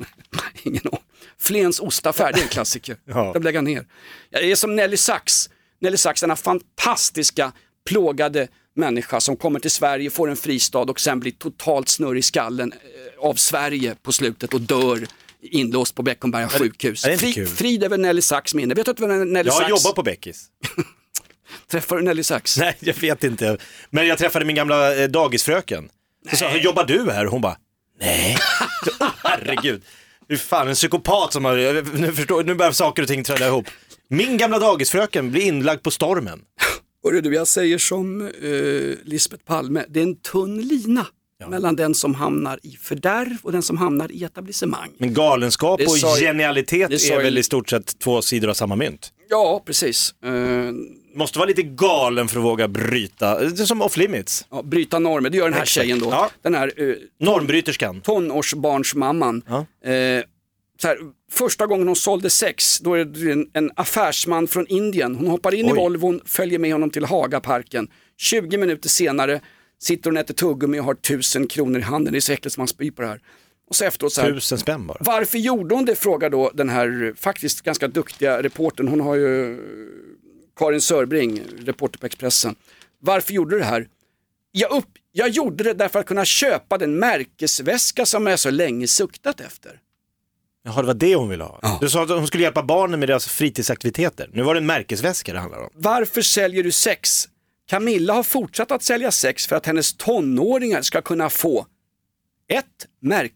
Ingen aning. Flens ostaffär, det är en klassiker. Ja. Jag lägger ner. Jag är som Nelly Sachs. Nelly Sachs, denna fantastiska, plågade människa som kommer till Sverige, får en fristad och sen blir totalt snurrig i skallen eh, av Sverige på slutet och dör inlåst på Beckomberga sjukhus. är det inte Fri, kul? frid över Nelly Sachs minne. Vet du inte vem Nelly Jag har Sachs? jobbat på Beckis. Träffar du Nelly Sachs? Nej, jag vet inte. Men jag träffade min gamla eh, dagisfröken. Så sa, jobbar du här? Hon bara, nej. Så, herregud. Du är fan en psykopat som har, jag- nu, förstår, nu börjar saker och ting träda ihop. Min gamla dagisfröken blir inlagd på Stormen. Hörru du, jag säger som uh, Lisbeth Palme, det är en tunn lina mellan den som hamnar i fördärv och den som hamnar i etablissemang. Men galenskap Det och sa- genialitet det sa är jag- väl i stort sett två sidor av samma mynt. Ja, precis. Uh, Måste vara lite galen för att våga bryta, det är som off limits. ja, bryta normer, det gör den här Exakt. tjejen då. Ja. Den här uh, Normbryterskan. tonårsbarnsmamman. Ja. Eh, så här, första gången hon sålde sex, då är det en, en affärsman från Indien. Hon hoppar in Oj. i Volvon, följer med honom till Hagaparken. tjugo minuter senare sitter hon och äter tuggummi och har tusen kronor i handen. Det är så äckligt som man spyr på det här. Och så efteråt så här, Tusen spänn bara. varför gjorde hon det, frågar då den här faktiskt ganska duktiga reportern. Hon har ju Karin Sörbring, reporter på Expressen. Varför gjorde du det här? Jag, upp, jag gjorde det därför att kunna köpa den märkesväska som jag så länge suktat efter. Jaha, det var det hon ville ha. Ja. Du sa att hon skulle hjälpa barnen med deras fritidsaktiviteter. Nu var det en märkesväska det handlar om. Varför säljer du sex? Camilla har fortsatt att sälja sex för att hennes tonåringar ska kunna få ett.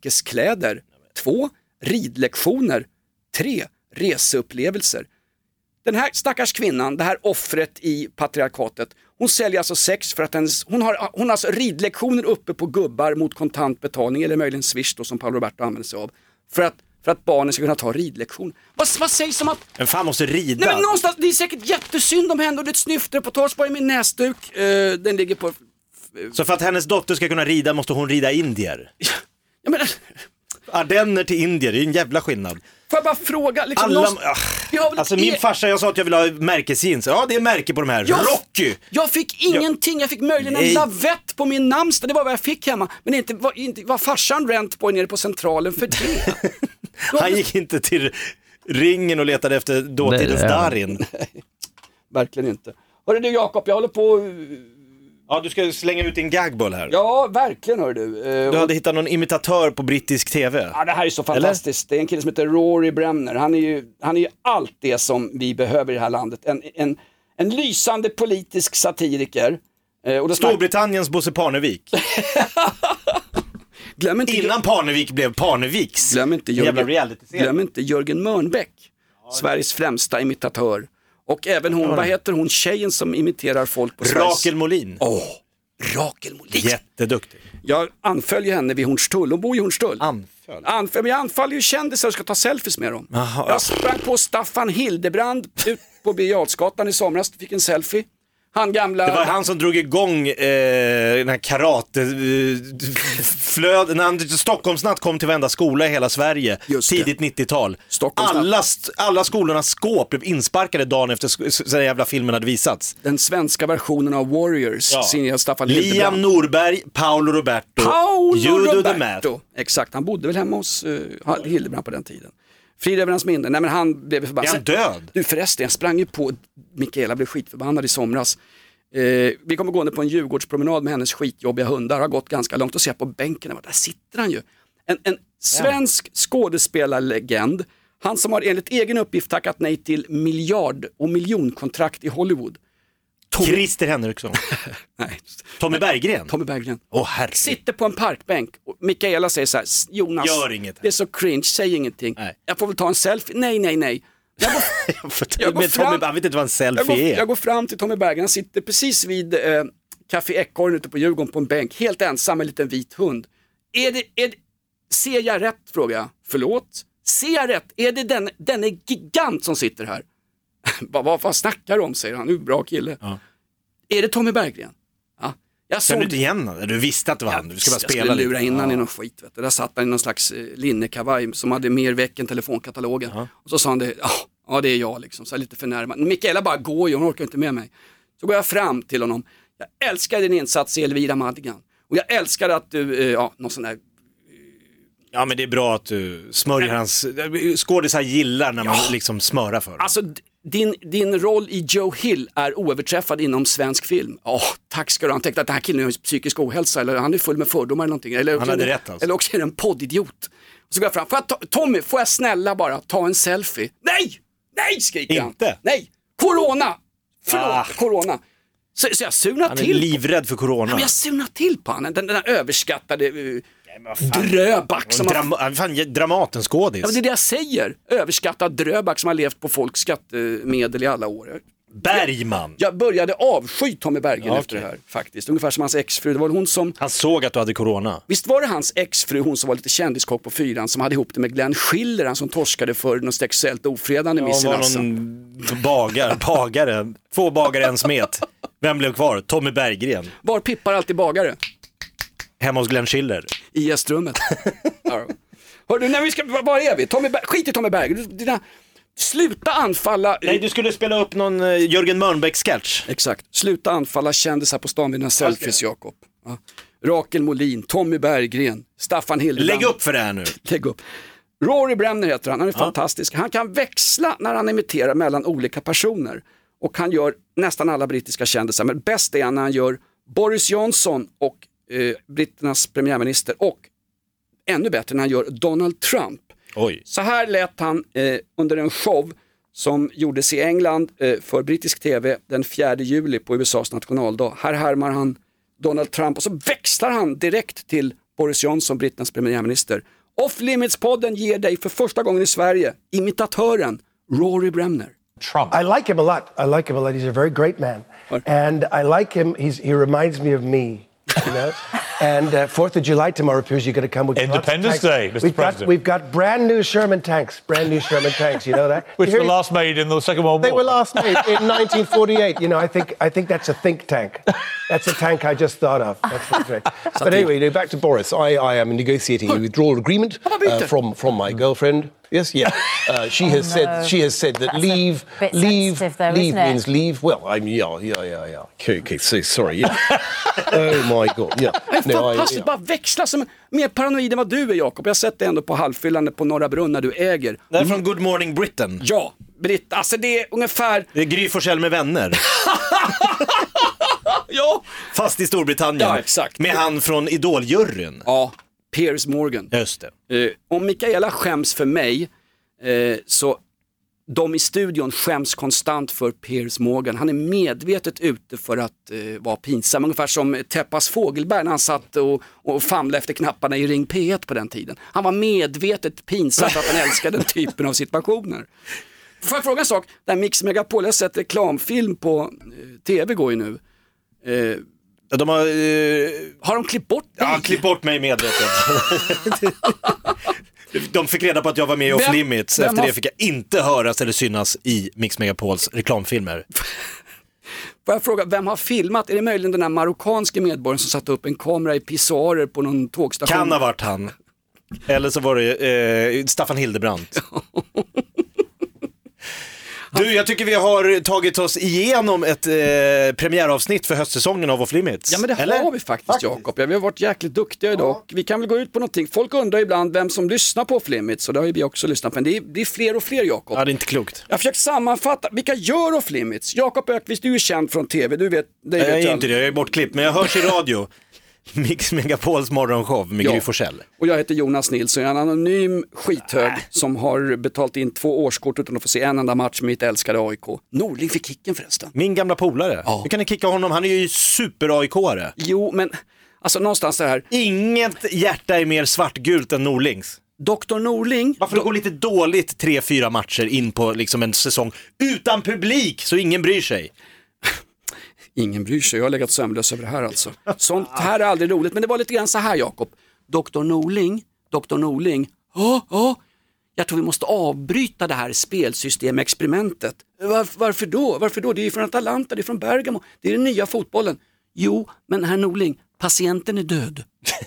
Märkeskläder. två. Ridlektioner. tre. Reseupplevelser. den här stackars kvinnan, det här offret i patriarkatet, hon säljer alltså sex för att hennes, hon har, hon har alltså ridlektioner uppe på gubbar mot kontant betalning, eller möjligen Swish då, som Paolo Roberto använder sig av, för att, för att barnen ska kunna ta ridlektion. Vad, vad sägs om att... Men fan måste rida? Nej, men någonstans, det är säkert jättesynd om henne, och det är ett snyftreportage på min näsduk, uh, den ligger på... Så för att hennes dotter ska kunna rida måste hon rida indier? Jag menar... Ardenner till indier, det är en jävla skillnad. Får jag bara fråga, liksom, Alla, någonstans... ah, alltså min e- farsa, jag sa att jag vill ha märkesjeans. Ja, det är märke på de här. Jag, Rocky! Jag fick ingenting, jag fick möjligen en Nej. lavett på min namnsdag, det var vad jag fick hemma. Men inte var, inte, var farsan rent på nere på centralen för det. Han gick inte till ringen och letade efter dåtidens Nej, ja. Darin. Verkligen inte. Hörru du Jakob, jag håller på... Ja, du ska slänga ut din gagball här. Ja, verkligen hör du. Eh, Du hade hittat någon imitatör på brittisk tv. Ja, det här är så fantastiskt. Det är en kille som heter Rory Bremner. Han är ju, han är ju allt det som vi behöver i det här landet. En, en, en lysande politisk satiriker. Eh, och då snack... Storbritanniens Bosse Parnevik. Glöm inte, Innan Parnevik blev Parneviks. glöm inte, Jävla Jörgen, reality-serie. glöm inte Jörgen Mörnbäck. Sveriges främsta imitatör. Och även hon, vad heter hon, tjejen som imiterar folk på Sveriges... Rakel Molin. Åh, oh, Rakel Molin. Jätteduktig. Jag anföljer henne vid Hornstull, hon bor i Hornstull. Anföll. Anfall, men jag anfaller ju kändisar och ska ta selfies med dem. Aha. Jag sprang på Staffan Hildebrand ut på Birger Jarlsgatan i somras, fick en selfie. Han gamla... Det var han som drog igång eh, den här karate eh, flöd, när han, Stockholmsnatt kom till varenda skola i hela Sverige. Just det. Tidigt nittiotal. Stockholmsnatt. Alla, st- alla skolornas skåp blev insparkade dagen efter sk- så den jävla filmen hade visats. Den svenska versionen av Warriors, Ja. signerad Staffan Liam Hildebrand. Norberg, Paolo Roberto, Paolo Judo the Math. Roberto. Exakt, han bodde väl hemma hos uh, Hildebrand på den tiden. Frid över hans minne. Nej, men han blev förbannad. Är han död? Du förresten, jag sprang ju på, Mikaela blev skitförbannad i somras. Eh, vi kommer gå ner på en Djurgårdspromenad med hennes skitjobbiga hundar, har gått ganska långt, och ser på bänken, där sitter han ju. En, en svensk skådespelarlegend, han som har enligt egen uppgift tackat nej till miljard- och miljonkontrakt i Hollywood. Tommy... Christer Henriksson. Nej, Tommy Berggren. Tommy Berggren. Åh herregud. Sitter på en parkbänk och Mikaela säger så här: Jonas, Gör inget. det är så cringe, säg ingenting. Nej. Jag får väl ta en selfie. Nej, nej, nej. Jag går, jag går Men fram- Tommy, han vet inte vad en jag går, selfie är. jag går fram till Tommy Berggren, han sitter precis vid eh, Café Ekorren ute på Djurgården på en bänk, helt ensam med en liten vit hund. Är det, är det, ser jag rätt, frågar jag. Förlåt? Ser jag rätt? Är det den, den är gigant som sitter här? vad, vad, vad snackar du om, säger han. Du är en bra kille. Ja. Är det Tommy Berggren? Ja. Jag Kan du såg inte igen honom? Du visste att det var han, du ska bara jag spela skulle lite. lura in han Ja. i någon skit, vet du. Där satt han i någon slags eh, linnekavaj som hade mer väck än telefonkatalogen. Ja. Och så sa han det, ja, ja det är jag liksom, så här lite förnärmad. Mikaela bara går ju, hon orkar inte med mig. Så går jag fram till honom. Jag älskar din insats i Elvira Madigan. Och jag älskar att du, eh, ja, någon sån där... Ja, men det är bra att du smörjer hans... Skådisar gillar när man Ja. liksom smörar för dem. Alltså d- din, din roll i Joe Hill är oöverträffad inom svensk film. Åh, tack ska du ha. Han tänkte att den här killen har psykisk ohälsa, eller han är full med fördomar eller någonting. Eller också, hade är det- rätt, alltså. eller också är det en poddidiot. Och så går jag fram, får jag ta, Tommy, får jag snälla bara ta en selfie? Nej! Nej, skriker han. Inte? Nej! Corona! Förlåt, Ah. corona. Så, så jag surnar Han är till. livrädd för corona. Ja, men jag surnar till på honom. Den, den där överskattade uh, men vad fan. Dröback som har... Dram- fan, Dramaten-skådis. Ja, men det är det jag säger. Överskattad Dröback som har levt på folks skattemedel i alla år. Bergman. Jag började avsky Tommy Berggren Ja, efter okej. det här faktiskt. Ungefär som hans exfru. Det var hon som... Han såg att du hade corona. Visst var det hans exfru, hon som var lite kändiskock på fyran, som hade ihop det med Glenn Schiller, han som torskade för något sexuellt ofredande miss i Ja, var lassen. någon bagar, bagare. Två bagare, en smet. Vem blev kvar? Tommy Berggren. Var pippar alltid bagare? Hemma hos Glenn Schiller. I gästrummet. Ja. Hör du, när vi ska, var är vi? Tommy Ber- skit i Tommy Berggren. Dina... Sluta anfalla... Nej, du skulle spela upp någon uh, Jörgen Mörnbäck-sketch. Exakt. Sluta anfalla kändisar på stan vid dina selfies, Jakob. Ja. Rakel Molin, Tommy Berggren, Staffan Hildebrand. Lägg upp för det här nu. Lägg upp. Rory Bremner heter han, han är fantastisk. Han kan växla när han imiterar mellan olika personer. Och han gör nästan alla brittiska kändisar. Men bäst är han när han gör Boris Johnson och eh, britternas premiärminister. Och ännu bättre när han gör Donald Trump. Oj. Så här lät han eh, under en show som gjordes i England eh, för brittisk tv den fjärde juli på U S A:s nationaldag. Här härmar han Donald Trump och så växlar han direkt till Boris Johnson, britternas premiärminister. Off Limits-podden ger dig för första gången i Sverige imitatören Rory Bremner. Trump. I like him a lot. I like him a lot. He's a very great man. And I like him. He's, he reminds me of me, you know. And uh, fourth of July tomorrow appears. You're going to come with Independence Day, Mister we've President. Got, we've got brand new Sherman tanks. Brand new Sherman tanks. You know that? Which were last made in the Second World War. They were last made in nineteen forty-eight. You know, I think I think that's a think tank. That's a tank I just thought of. That's what's right. But anyway, you know, back to Boris. I, I am negotiating a withdrawal agreement uh, from from my girlfriend. Yes, yeah. Uh, she has oh, no. said she has said that That's leave, leave, though, leave means leave. Well, I'm yeah, yeah, yeah, yeah. Okay, okay. So sorry. Yeah. Oh my God. Yeah. Det är fantastiskt, no, I, yeah. bara växla som mer paranoid än vad du är, Jakob. Jag har sett det ändå på halvfyllande på Norra Brunn när du äger. Det är från Good Morning Britain. Ja, Britt. Alltså det är ungefär... Det är Gry Forssell med vänner. Ja. Fast i Storbritannien. Ja, exakt. Med han från Idol-juryn. Ja, Piers Morgan. Just det. Eh, om Mikaela skäms för mig eh, så de i studion skäms konstant för Piers Morgan. Han är medvetet ute för att eh, vara pinsam. Ungefär som Teppas Fågelberg när han satt och, och famlade efter knapparna i Ring P ett på den tiden. Han var medvetet pinsam för att han älskade den typen av situationer. Får jag fråga en sak? Där Mix Megapol, jag har sett reklamfilm på eh, tv går ju nu. Eh, De har, eh... har de klippt bort dig? Ja, klippt bort mig medvetet. De fick reda på att jag var med i Off vem, Limits. Efter har... det fick jag inte höras eller synas i Mix Megapols reklamfilmer. Får jag fråga, vem har filmat? Är det möjligen den här marockanske medborgaren som satte upp en kamera i pissoarer på någon tågstation? Kan ha varit han. Eller så var det eh, Staffan Hildebrandt. Du, jag tycker vi har tagit oss igenom ett eh, premiäravsnitt för höstsäsongen av Off Limits. Ja, men det Eller? har vi faktiskt, faktiskt. Jakob. Ja, vi har varit jäkligt duktiga idag. Ja. Vi kan väl gå ut på någonting. Folk undrar ibland vem som lyssnar på Off Limits, så det har ju vi också lyssnat på. Men det är, det är fler och fler, Jakob. Ja, det är inte klokt. Jag försöker sammanfatta. Vilka gör Off Limits? Jakob Ökvist, du är känd från tv. Du vet, det jag vet är inte det, jag är bortklippt. Men jag hörs i radio. Mix Megapols morgonshow med ja. Gry Forssell. Och jag heter Jonas Nilsson, jag är en anonym skithög äh. som har betalt in två årskort utan att få se en enda match med mitt älskade A I K. Norling fick kicken förresten. Min gamla polare. Ja. Hur kan ni kicka honom? Han är ju super-A I K-are. Jo, men alltså någonstans det här. Inget hjärta är mer svartgult än Norlings. doktor Norling. Varför det går lite dåligt tre, fyra matcher in på liksom en säsong utan publik så ingen bryr sig. Ingen bryr sig, jag har legat sömnlös över det här alltså. Sånt här är aldrig roligt, men det var lite grann så här, Jakob. doktor Norling, doktor Norling, ja, ja, jag tror vi måste avbryta det här spelsystemexperimentet. Varför, varför då? Varför då? Det är ju från Atalanta, det är från Bergamo, det är den nya fotbollen. Jo, men herr Norling, patienten är död.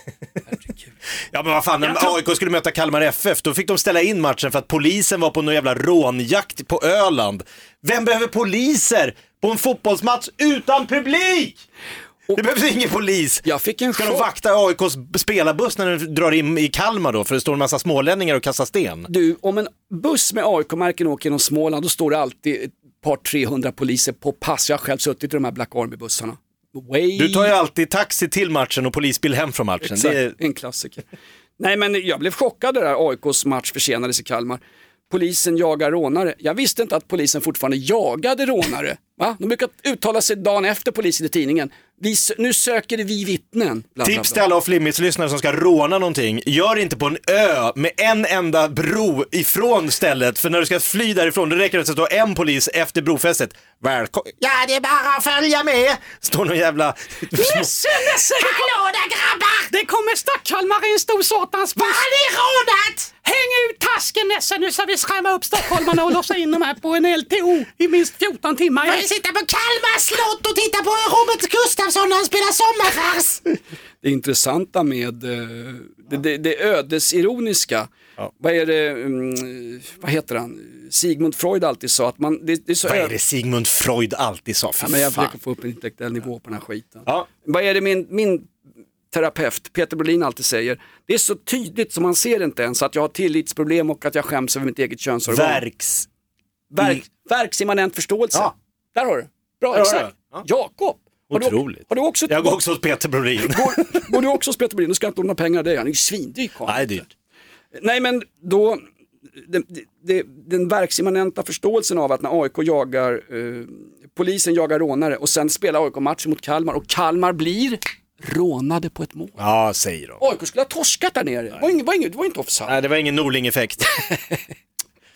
Ja, men vad fan, när A I K skulle möta Kalmar F F, då fick de ställa in matchen för att polisen var på någon jävla rånjakt på Öland. Vem behöver poliser på en fotbollsmatch utan publik? Och det behövs ingen polis. Jag fick en Ska de vakta A I K:s spelarbuss när de drar in i Kalmar då? För det står en massa smålänningar och kastar sten. Du, om en buss med A I K-märken åker genom Småland, då står det alltid ett par trehundra poliser på pass. Jag har själv suttit i de här Black Army-bussarna. Way. Du tar ju alltid taxi till matchen och polisbil hem från matchen. Exakt, det är en klassiker. Nej, men jag blev chockad där A I K:s match försenades i Kalmar. Polisen jagar rånare. Jag visste inte att polisen fortfarande jagade rånare. Va? De brukar uttala sig dagen efter polisen i tidningen. Vi, nu söker vi vittnen. Bla, Tips till alla Off Limits-lyssnare som ska råna någonting. Gör inte på en ö med en enda bro ifrån stället. För när du ska fly därifrån, då räcker det att det en polis efter brofästet. Välkommen. Ja, det är bara att följa med. Står någon jävla... Ledsen, ledsen. Hallå där grabbar! Det kommer Stockholmare i en stor satans buss. Vad har ni rådat? Häng ut tasken, Nesse. Nu ska vi skrämma upp stockholmarna och låsa in dem här på en L T O i minst fjorton timmar. Jag vill sitta på Kalmar slott och titta på Robert Gustafsson när han spelar sommarfars. Det intressanta med det, det, det ödesironiska, ja. Vad är det, um, vad heter han? Sigmund Freud alltid sa att man... Det, det är så vad är det Sigmund Freud alltid sa? Ja, men jag försöker få upp en intellektuell nivå på den här skiten. Ja. Vad är det min... min terapeut Peter Brolin alltid säger, det är så tydligt som man ser inte ens att jag har tillitsproblem och att jag skäms över mitt eget könsorgan. Verks. Verk, verksimmanent förståelse. Ja. Där har du. Bra, exakt. Ja. Jakob. Otroligt. Har du, har du också, jag går också hos Peter Brolin. Går, går du också hos Peter Brolin? Du ska inte ordna pengar av dig. Han är ju svindyr. Nej, dyrt. Nej, men då det, det, den verksimmanenta förståelsen av att när A I K jagar eh, polisen jagar rånare och sen spelar A I K match mot Kalmar och Kalmar blir rånade på ett mål. Ja, säger de. A I K skulle ha torskat där nere. Det var, ingen, var, ingen, det var inte offside. Nej, det var ingen Norling-effekt.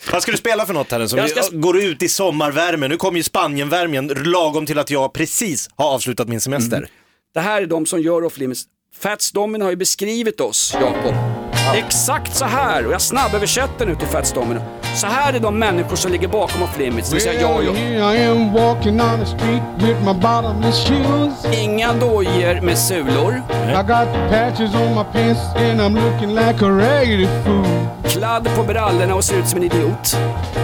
Vad ska du spela för något här? Som Jag ska... vi går ut i sommarvärmen. Nu kommer ju Spanienvärmen lagom till att jag precis har avslutat min semester. Mm. Det här är de som gör Off Limits. Fats Domino har ju beskrivit oss, Jakob. Exakt så här, och jag snabböversätter nu till Fats Domino. Så här är de människor som ligger bakom Off Limits, det vill säga jag och jag. Inga dojor med sulor. Kladd på brallorna och ser ut som en idiot.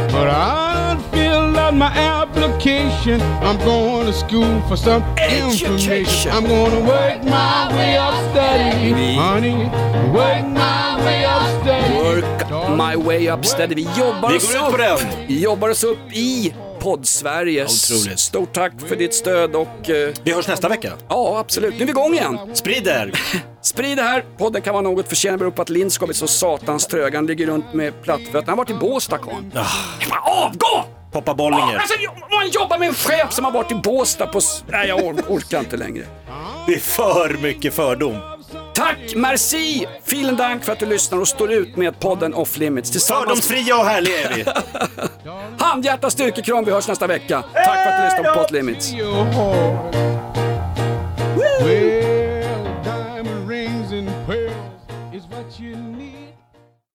My application, I'm going to school for some information. I'm going to work my way up steady, honey. Work my way up steady. Work my way up steady. Vi jobbar Vi oss går ut på upp. den. Vi jobbar oss upp i Podd-Sverige. Otroligt. Stort tack för ditt stöd och... Uh, vi hörs nästa vecka. Ja, absolut. Nu är vi igång igen. Sprid det här. Sprid det här. Podden kan vara något förtjänad beror på att Lindskov är så satans trög. Han ligger runt med plattfötter. Han har varit i Båstad, Karl. Ah. Avgå! Poppa Bollinger. Alltså, man jobbar med en chef som har varit i Båstad på... Nej, jag or- orkar inte längre. Det är för mycket fördom. Tack, merci, vielen dank för att du lyssnar och står ut med podden Off Limits. Tillsammans... Fördomsfria och härliga är vi. Handhjärta styrkekram, vi hörs nästa vecka. Tack för att du lyssnar på Off Limits.